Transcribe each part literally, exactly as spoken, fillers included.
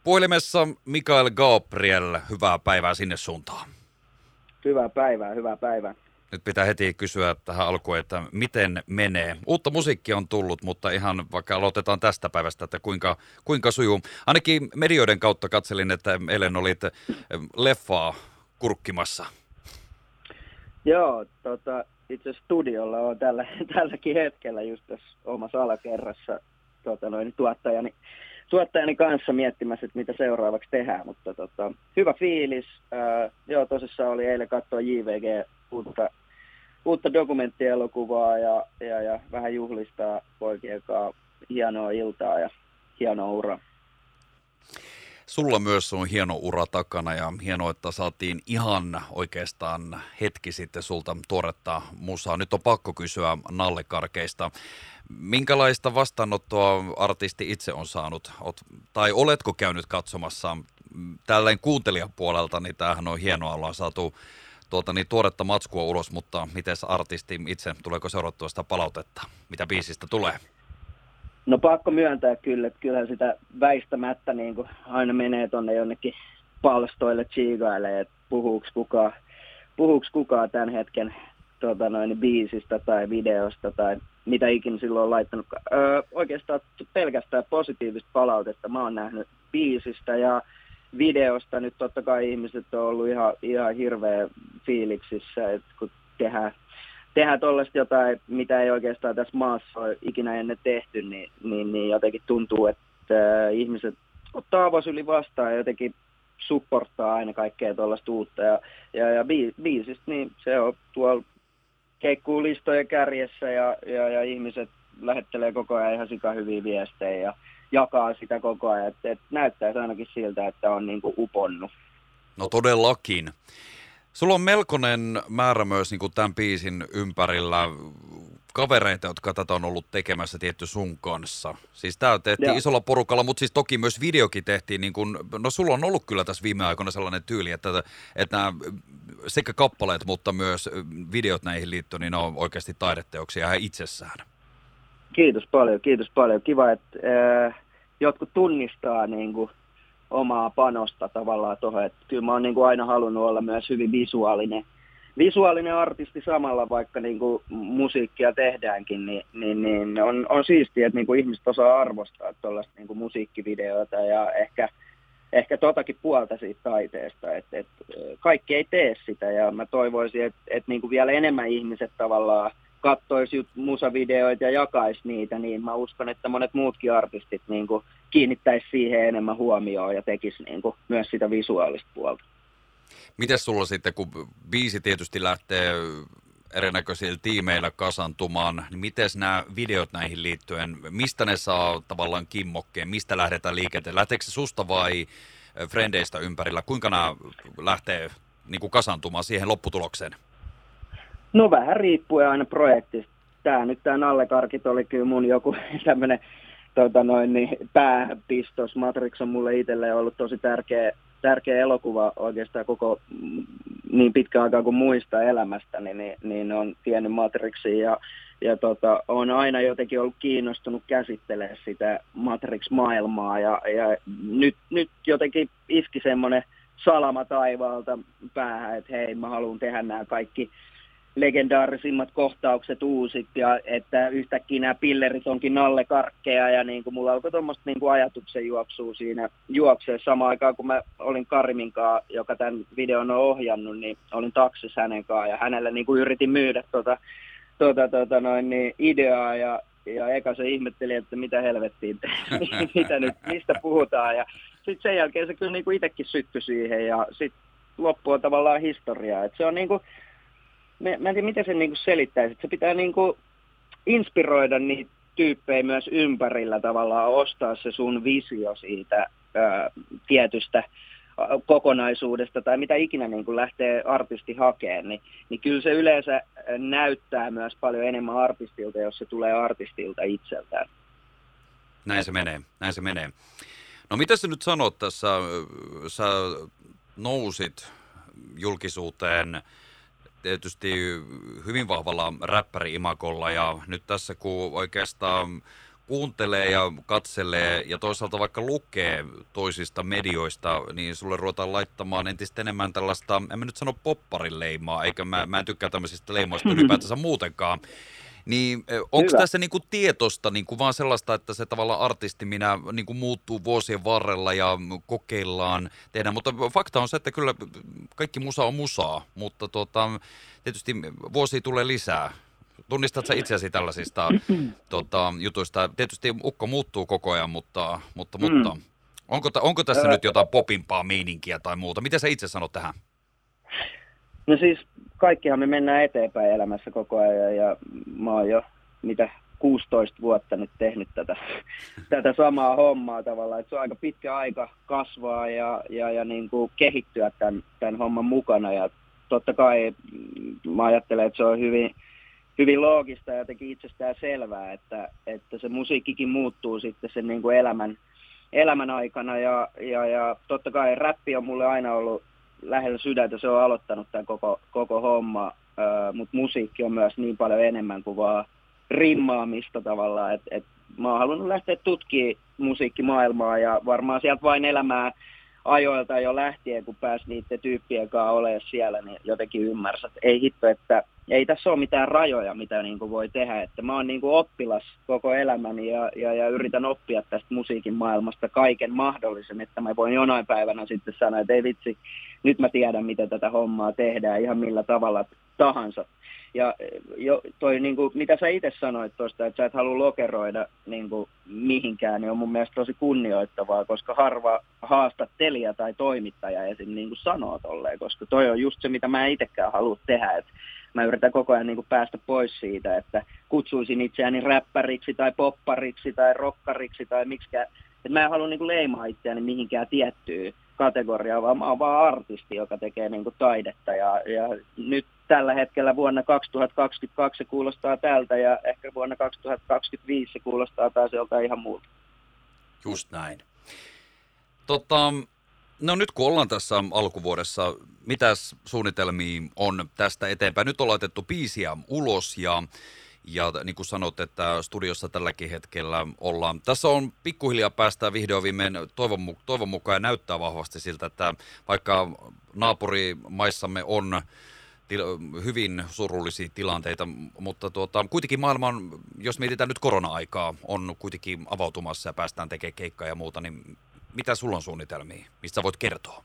Puhelimessa Mikael Gabriel, hyvää päivää sinne suuntaan. Hyvää päivää, hyvää päivää. Nyt pitää heti kysyä tähän alkuun, että miten menee. Uutta musiikkia on tullut, mutta ihan vaikka aloitetaan tästä päivästä, että kuinka, kuinka sujuu. Ainakin medioiden kautta katselin, että eilen olit leffaa kurkkimassa. Joo, tota, itse studiolla on tällä, tälläkin hetkellä just tässä omassa alakerrassa tota, noin, tuottajani, tuottajani kanssa miettimässä, että mitä seuraavaksi tehdään, mutta tota, hyvä fiilis. Ää, joo, tosissaan oli eilen katsoa J V G uutta, uutta dokumenttielokuvaa ja, ja, ja vähän juhlistaa poikien kanssa hienoa iltaa ja hienoa uraa. Sulla myös on hieno ura takana ja hienoa, että saatiin ihan oikeastaan hetki sitten sulta tuoretta musaa. Nyt on pakko kysyä Nallekarkeista. Minkälaista vastaanottoa artisti itse on saanut? Oot, tai oletko käynyt katsomassa tällainen kuuntelijan puolelta, niin tämähän on hienoa, ollaan saatu tuota, niin tuoretta matskua ulos, mutta miten artisti itse, tuleeko seurattua sitä palautetta, mitä biisistä tulee? No pakko myöntää kyllä, että kyllähän sitä väistämättä niin kuin aina menee tuonne jonnekin palstoille tsiigailemaan, että puhuuko kukaan, puhuuko kukaan tämän hetken tota noin, biisistä tai videosta tai mitä ikinä silloin on laittanut. Öö, oikeastaan pelkästään positiivista palautetta mä oon nähnyt biisistä ja videosta. Nyt totta kai ihmiset on ollut ihan, ihan hirveä fiiliksissä, että kun tehdään tehdään tuollaista jotain, mitä ei oikeastaan tässä maassa ole ikinä ennen tehty, niin, niin, niin jotenkin tuntuu, että äh, ihmiset ottaa avosyli vastaan ja jotenkin supporttaa aina kaikkea tuollaista uutta. Ja, ja, ja biisistä, niin se on tuolla keikkuu listojen kärjessä ja, ja, ja ihmiset lähettelee koko ajan ihan sika hyviä viestejä ja jakaa sitä koko ajan. Et, et näyttäisi ainakin siltä, että on niinku uponnut. No todellakin. Sulla on melkoinen määrä myös niin kuin tämän biisin ympärillä kavereita, jotka tätä on ollut tekemässä tietty sun kanssa. Siis tää tehtiin Joo. isolla porukalla, mutta siis toki myös videokin tehtiin, niin kuin, no sulla on ollut kyllä tässä viime aikoina sellainen tyyli, että, että nämä sekä kappaleet, mutta myös videot näihin liittyen, niin ne on oikeasti taideteoksia ihan itsessään. Kiitos paljon, kiitos paljon. Kiva, että äh, jotkut tunnistaa niin kuin omaa panosta tavallaan tuohon, että kyllä mä oon niin kuin aina halunnut olla myös hyvin visuaalinen, visuaalinen artisti samalla, vaikka niin kuin musiikkia tehdäänkin, niin, niin, niin on, on siistiä, että niin kuin ihmiset osaa arvostaa tuollaista niin kuin musiikkivideoita ja ehkä, ehkä totakin puolta siitä taiteesta, että, että kaikki ei tee sitä ja mä toivoisin, että, että niin kuin vielä enemmän ihmiset tavallaan kattoisi musavideoita ja jakaisi niitä, niin mä uskon, että monet muutkin artistit niin kuin kiinnittäisi siihen enemmän huomioon ja tekisi niin kuin myös sitä visuaalista puolta. Mites sulla sitten, kun biisi tietysti lähtee erinäköisillä tiimeillä kasantumaan, niin miten nämä videot näihin liittyen, mistä ne saa tavallaan kimmokkeen, mistä lähdetään liikenteen? Lähteekö se susta vai frendeistä ympärillä? Kuinka nämä lähtee niin kuin kasantumaan siihen lopputulokseen? No vähän riippuen aina projektista. Tää nyt tää Nallekarkit oli kyllä mun joku tämmönen tota noin, niin pääpistos. Matrix on mulle itselleen ollut tosi tärkeä, tärkeä elokuva oikeastaan koko niin pitkä aikaa kuin muista elämästäni, niin, niin on tiennyt Matrixia ja, ja tota, on aina jotenkin ollut kiinnostunut käsittelemään sitä Matrix-maailmaa ja, ja nyt, nyt jotenkin iski semmoinen salama taivaalta päähän, että hei, mä haluan tehdä nämä kaikki legendaarisimmat kohtaukset uusit ja että yhtäkkiä nämä pillerit onkin nallekarkkeja ja niin kuin mulla alkoi tuommoista niin kuin ajatuksen juoksua siinä juokseen samaan aikaan, kun mä olin Karimin kanssa, joka tämän videon on ohjannut, niin olin taksissa hänen kanssa ja hänelle niin kuin yritin myydä tuota, tuota, tuota noin, niin ideaa ja, ja eka se ihmetteli, että mitä helvettiin, mitä nyt, mistä puhutaan ja sitten sen jälkeen se kyllä niin kuin itsekin syttyi siihen ja sitten loppu on tavallaan historiaa, että se on niin kuin Mä en tiedä, miten sen niinku selittäisi. Se pitää niinku inspiroida niitä tyyppejä myös ympärillä tavallaan, ostaa se sun visio siitä ää, tietystä kokonaisuudesta tai mitä ikinä niinku lähtee artisti hakemaan. Niin, niin kyllä se yleensä näyttää myös paljon enemmän artistilta, jos se tulee artistilta itseltään. Näin se menee, näin se menee. No mitä sä nyt sanot tässä, sä nousit julkisuuteen tietysti hyvin vahvalla räppäri-imagolla ja nyt tässä kun oikeastaan kuuntelee ja katselee ja toisaalta vaikka lukee toisista medioista, niin sulle ruvetaan laittamaan entistä enemmän tällaista, en mä nyt sano popparin leimaa, eikä mä, mä en tykkää tämmöisistä leimoista ylipäätänsä muutenkaan. Niin onko tässä niinku tietosta niinku vaan sellaista, että se tavallaan artisti minä niinku muuttuu vuosien varrella ja kokeillaan, tehdään, mutta fakta on se, että kyllä kaikki musa on musaa, mutta tuota, tietysti vuosia tulee lisää. Tunnistat sä itseäsi tällaisista tota, jutuista? Tietysti ukko muuttuu koko ajan, mutta, mutta, mm. mutta onko, onko tässä nyt jotain popimpaa meininkiä tai muuta? Miten sä itse sanot tähän? No siis kaikkihan me mennään eteenpäin elämässä koko ajan ja mä oon jo mitä kuusitoista vuotta nyt tehnyt tätä, tätä samaa hommaa tavallaan. Et se on aika pitkä aika kasvaa ja, ja, ja niin kuin kehittyä tämän, tämän homman mukana ja totta kai mä ajattelen, että se on hyvin, hyvin loogista ja jotenkin itsestään selvää, että, että se musiikkikin muuttuu sitten sen niin kuin elämän, elämän aikana ja, ja, ja totta kai räppi on mulle aina ollut lähellä sydäntä, se on aloittanut tämän koko, koko homma, öö, mutta musiikki on myös niin paljon enemmän kuin vaan rimmaamista tavallaan, että et mä oon halunnut lähteä tutkimaan musiikkimaailmaa ja varmaan sieltä vain elämää ajoilta jo lähtien, kun pääsi niiden tyyppien kanssa olemaan siellä, niin jotenkin ymmärsi, että ei hitto, että ei tässä ole mitään rajoja, mitä niin kuin voi tehdä, että mä oon niin kuin oppilas koko elämäni ja, ja, ja yritän oppia tästä musiikin maailmasta kaiken mahdollisen, että mä voin jonain päivänä sitten sanoa, että ei vitsi, nyt mä tiedän, miten tätä hommaa tehdään ihan millä tavalla tahansa. Ja jo, toi, niin kuin, mitä sä itse sanoit tuosta, että sä et halua lokeroida niin kuin, mihinkään, niin on mun mielestä tosi kunnioittavaa, koska harva haastattelija tai toimittaja esim. Niin kuin sanoo tolleen, koska toi on just se, mitä mä itsekään halua tehdä. Et mä yritän koko ajan niin kuin, päästä pois siitä, että kutsuisin itseäni räppäriksi tai poppariksi tai rokkariksi tai miksikään. Et mä en halua niin kuin, leimaa itseäni mihinkään tiettyyn kategoriaan, vaan mä oon vaan artisti, joka tekee niin kuin, taidetta ja, ja nyt tällä hetkellä vuonna kaksituhattakaksikymmentäkaksi se kuulostaa tältä ja ehkä vuonna kaksituhattakaksikymmentäviisi se kuulostaa taas joltain ihan muulta. Just näin. Tota, no nyt kun ollaan tässä alkuvuodessa, mitäs suunnitelmia on tästä eteenpäin? Nyt on laitettu biisiä ulos ja, ja niin kuin sanot, että studiossa tälläkin hetkellä ollaan. Tässä on pikkuhiljaa päästään vihdoin viimein toivon, toivon mukaan ja näyttää vahvasti siltä, että vaikka naapurimaissamme on hyvin surullisia tilanteita, mutta tuota, kuitenkin maailma on, jos mietitään nyt korona-aikaa, on kuitenkin avautumassa ja päästään tekemään keikkaa ja muuta, niin mitä sulla on suunnitelmia? Mistä sä voit kertoa?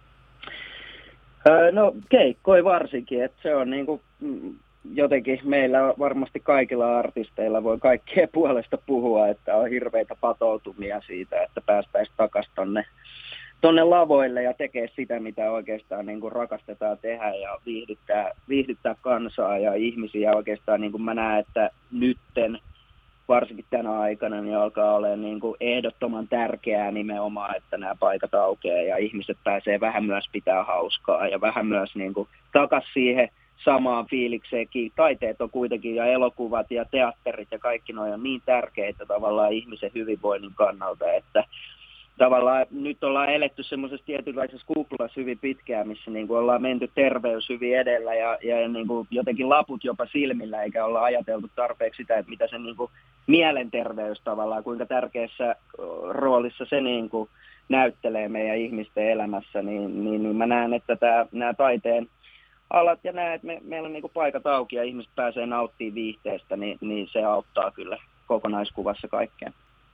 Öö, no keikkoi varsinkin, että se on niinku, jotenkin meillä varmasti kaikilla artisteilla voi kaikkien puolesta puhua, että on hirveitä patoutumia siitä, että päästäisiin takaisin tonne tonne lavoille ja tekee sitä, mitä oikeastaan niin kuin rakastetaan tehdä ja viihdyttää, viihdyttää kansaa ja ihmisiä. Oikeastaan niin kuin mä näen, että nytten, varsinkin tänä aikana, niin alkaa olla niin kuin ehdottoman tärkeää nimenomaan, että nämä paikat aukeaa ja ihmiset pääsee vähän myös pitää hauskaa ja vähän myös niin kuin takaisin siihen samaan fiilikseenkin. Taiteet on kuitenkin ja elokuvat ja teatterit ja kaikki nuo on niin tärkeitä tavallaan ihmisen hyvinvoinnin kannalta, että tavallaan nyt ollaan eletty semmoisessa tietynlaisessa kuplassa hyvin pitkään, missä niin kuin ollaan menty terveys hyvin edellä ja, ja niin kuin jotenkin laput jopa silmillä, eikä olla ajateltu tarpeeksi sitä, että mitä se niin kuin mielenterveys tavallaan, kuinka tärkeässä roolissa se niin kuin näyttelee meidän ihmisten elämässä, niin, niin, niin mä näen, että tämä, nämä taiteen alat ja nämä, että me, meillä on niin kuin paikat auki ja ihmiset pääsee nauttimaan viihteestä, niin, niin se auttaa kyllä kokonaiskuvassa kaikkeen.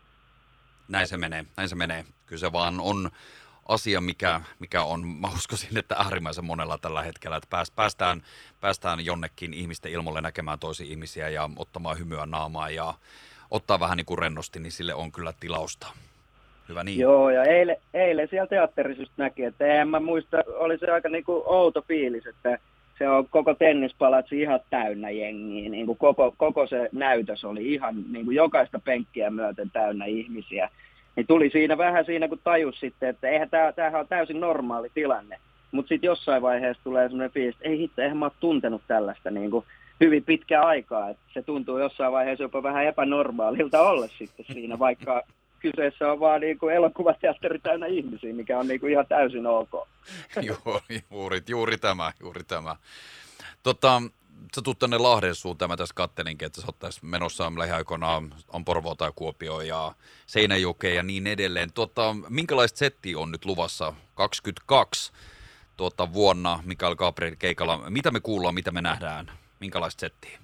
Näin se menee, näin se menee. Kyllä se vaan on asia, mikä, mikä on, mä uskoisin, että äärimmäisen monella tällä hetkellä, että päästään, päästään jonnekin ihmisten ilmoille näkemään toisia ihmisiä ja ottamaan hymyä naamaan ja ottaa vähän niin kuin rennosti, niin sille on kyllä tilausta. Hyvä niin. Joo, ja eilen, eilen siellä teatterissa just näki, että eihän mä muista, oli se aika niin kuin outo fiilis, että se on koko tennispalatsi ihan täynnä jengiä, niin kuin koko, koko se näytös oli ihan niin kuin jokaista penkkiä myöten täynnä ihmisiä. Niin tuli siinä vähän siinä, kun tajus sitten, että eihän tämä, tämähän on täysin normaali tilanne. Mutta sitten jossain vaiheessa tulee semmoinen fiilis, että ei hitto, eihän mä ole tuntenut tällaista niin kuin hyvin pitkää aikaa. Että se tuntuu jossain vaiheessa jopa vähän epänormaalilta olla sitten siinä, vaikka kyseessä on vaan niin kuin elokuvateatteri täynnä ihmisiä, mikä on niin kuin ihan täysin ok. Joo, juuri, juuri tämä, juuri tämä. Tota, sä tuut tänne Lahden suuntaan, mä tässä kattelinkin, että sä oot tässä menossa lähiaikoina, on Porvoo tai Kuopio ja Seinäjoke ja niin edelleen. Tuota, minkälaista settiä on nyt luvassa kaksikymmentäkaksi tuota, vuonna Mikael Gabriel keikalla? Mitä me kuullaan, mitä me nähdään? Minkälaista settiä?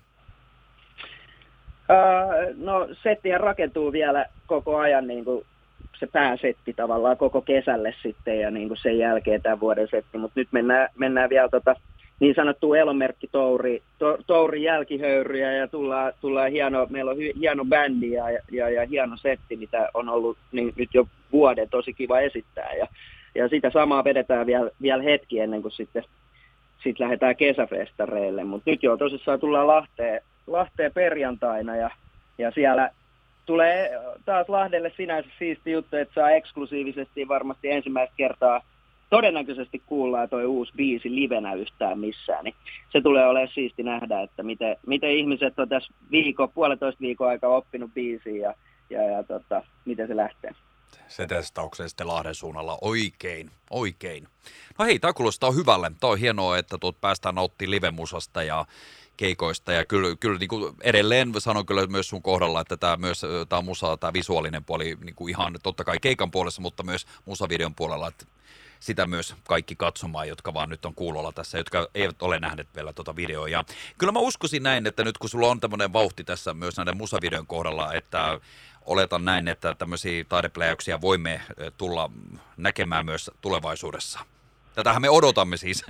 Uh, no settihän rakentuu vielä koko ajan niin kuin se pääsetti tavallaan koko kesälle sitten ja niin kuin sen jälkeen tämän vuoden setti, mutta nyt mennään, mennään vielä tota, niin sanottua elomerkkitouri to, tourin jälkihöyryjä ja tullaan, tullaan hieno, meillä on hy, hieno bändi ja, ja, ja hieno setti, mitä on ollut niin nyt jo vuoden tosi kiva esittää ja, ja sitä samaa vedetään vielä, vielä hetki ennen kuin sitten sit lähdetään kesäfestareille, mutta nyt jo tosissaan tullaan Lahteen, Lahteen perjantaina ja, ja siellä tulee taas Lahdelle sinänsä siisti juttu, että saa eksklusiivisesti varmasti ensimmäistä kertaa todennäköisesti kuullaan toi uusi biisi livenä yhtään missään. Niin se tulee olemaan siisti nähdä, että miten, miten ihmiset on tässä viikon, puolitoista viikon aikaa oppinut biisiin ja, ja, ja tota, miten se lähtee. Se testaukseen sitten Lahden suunnalla oikein, oikein. No hei, tämä kuulostaa hyvälle. Tämä on hienoa, että tuot päästään nauttimaan livemusasta ja keikoista ja kyllä, kyllä niin kuin edelleen sanon kyllä myös sun kohdalla, että tämä myös tämä musa, tämä visuaalinen puoli niin kuin ihan totta kai keikan puolessa, mutta myös musavideon puolella, että sitä myös kaikki katsomaan, jotka vaan nyt on kuulolla tässä, jotka eivät ole nähneet vielä tuota videoa. Ja kyllä mä uskoisin näin, että nyt kun sulla on tämmöinen vauhti tässä myös näiden musavideon kohdalla, että oletan näin, että tämmöisiä taidepläjäyksiä voimme tulla näkemään myös tulevaisuudessa. Tätähän me odotamme siis.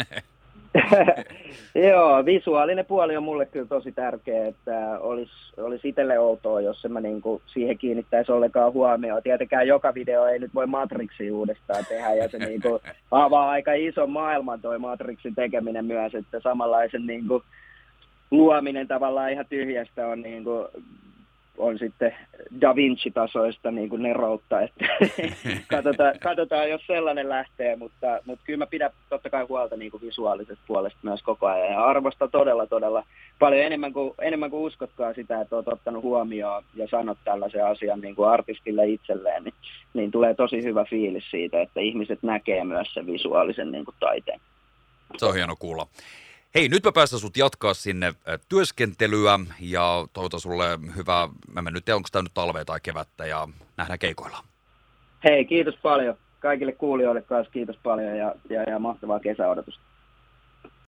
Joo, visuaalinen puoli on mulle kyllä tosi tärkeä, että olisi, olisi itselle outoa, jos en mä niinku siihen kiinnittäisi ollenkaan huomioon. Tietenkään joka video ei nyt voi Matrixia uudestaan tehdä, ja se niinku avaa aika ison maailman toi Matrixin tekeminen myös, että samanlaisen niinku luominen tavallaan ihan tyhjästä on niinku on sitten Da Vinci-tasoista niin kuin neroutta, että katsotaan, katsotaan, jos sellainen lähtee, mutta, mutta kyllä mä pidän totta kai huolta niin kuin visuaalisesta puolesta myös koko ajan ja arvostan todella, todella paljon enemmän kuin, enemmän kuin uskotkaan sitä, että olet ottanut huomioon ja sanot tällaisen asian niin kuin artistille itselleen, niin, niin tulee tosi hyvä fiilis siitä, että ihmiset näkee myös sen visuaalisen niin kuin taiteen. Se on hieno kuulla. Hei, nyt mä päästän sut jatkaa sinne työskentelyä ja toivotan sulle hyvää, mä en nyt tiedä, onko tämä nyt talvea tai kevättä ja nähdään keikoilla. Hei, kiitos paljon. Kaikille kuulijoille kanssa kiitos paljon ja, ja, ja mahtavaa kesäodotusta.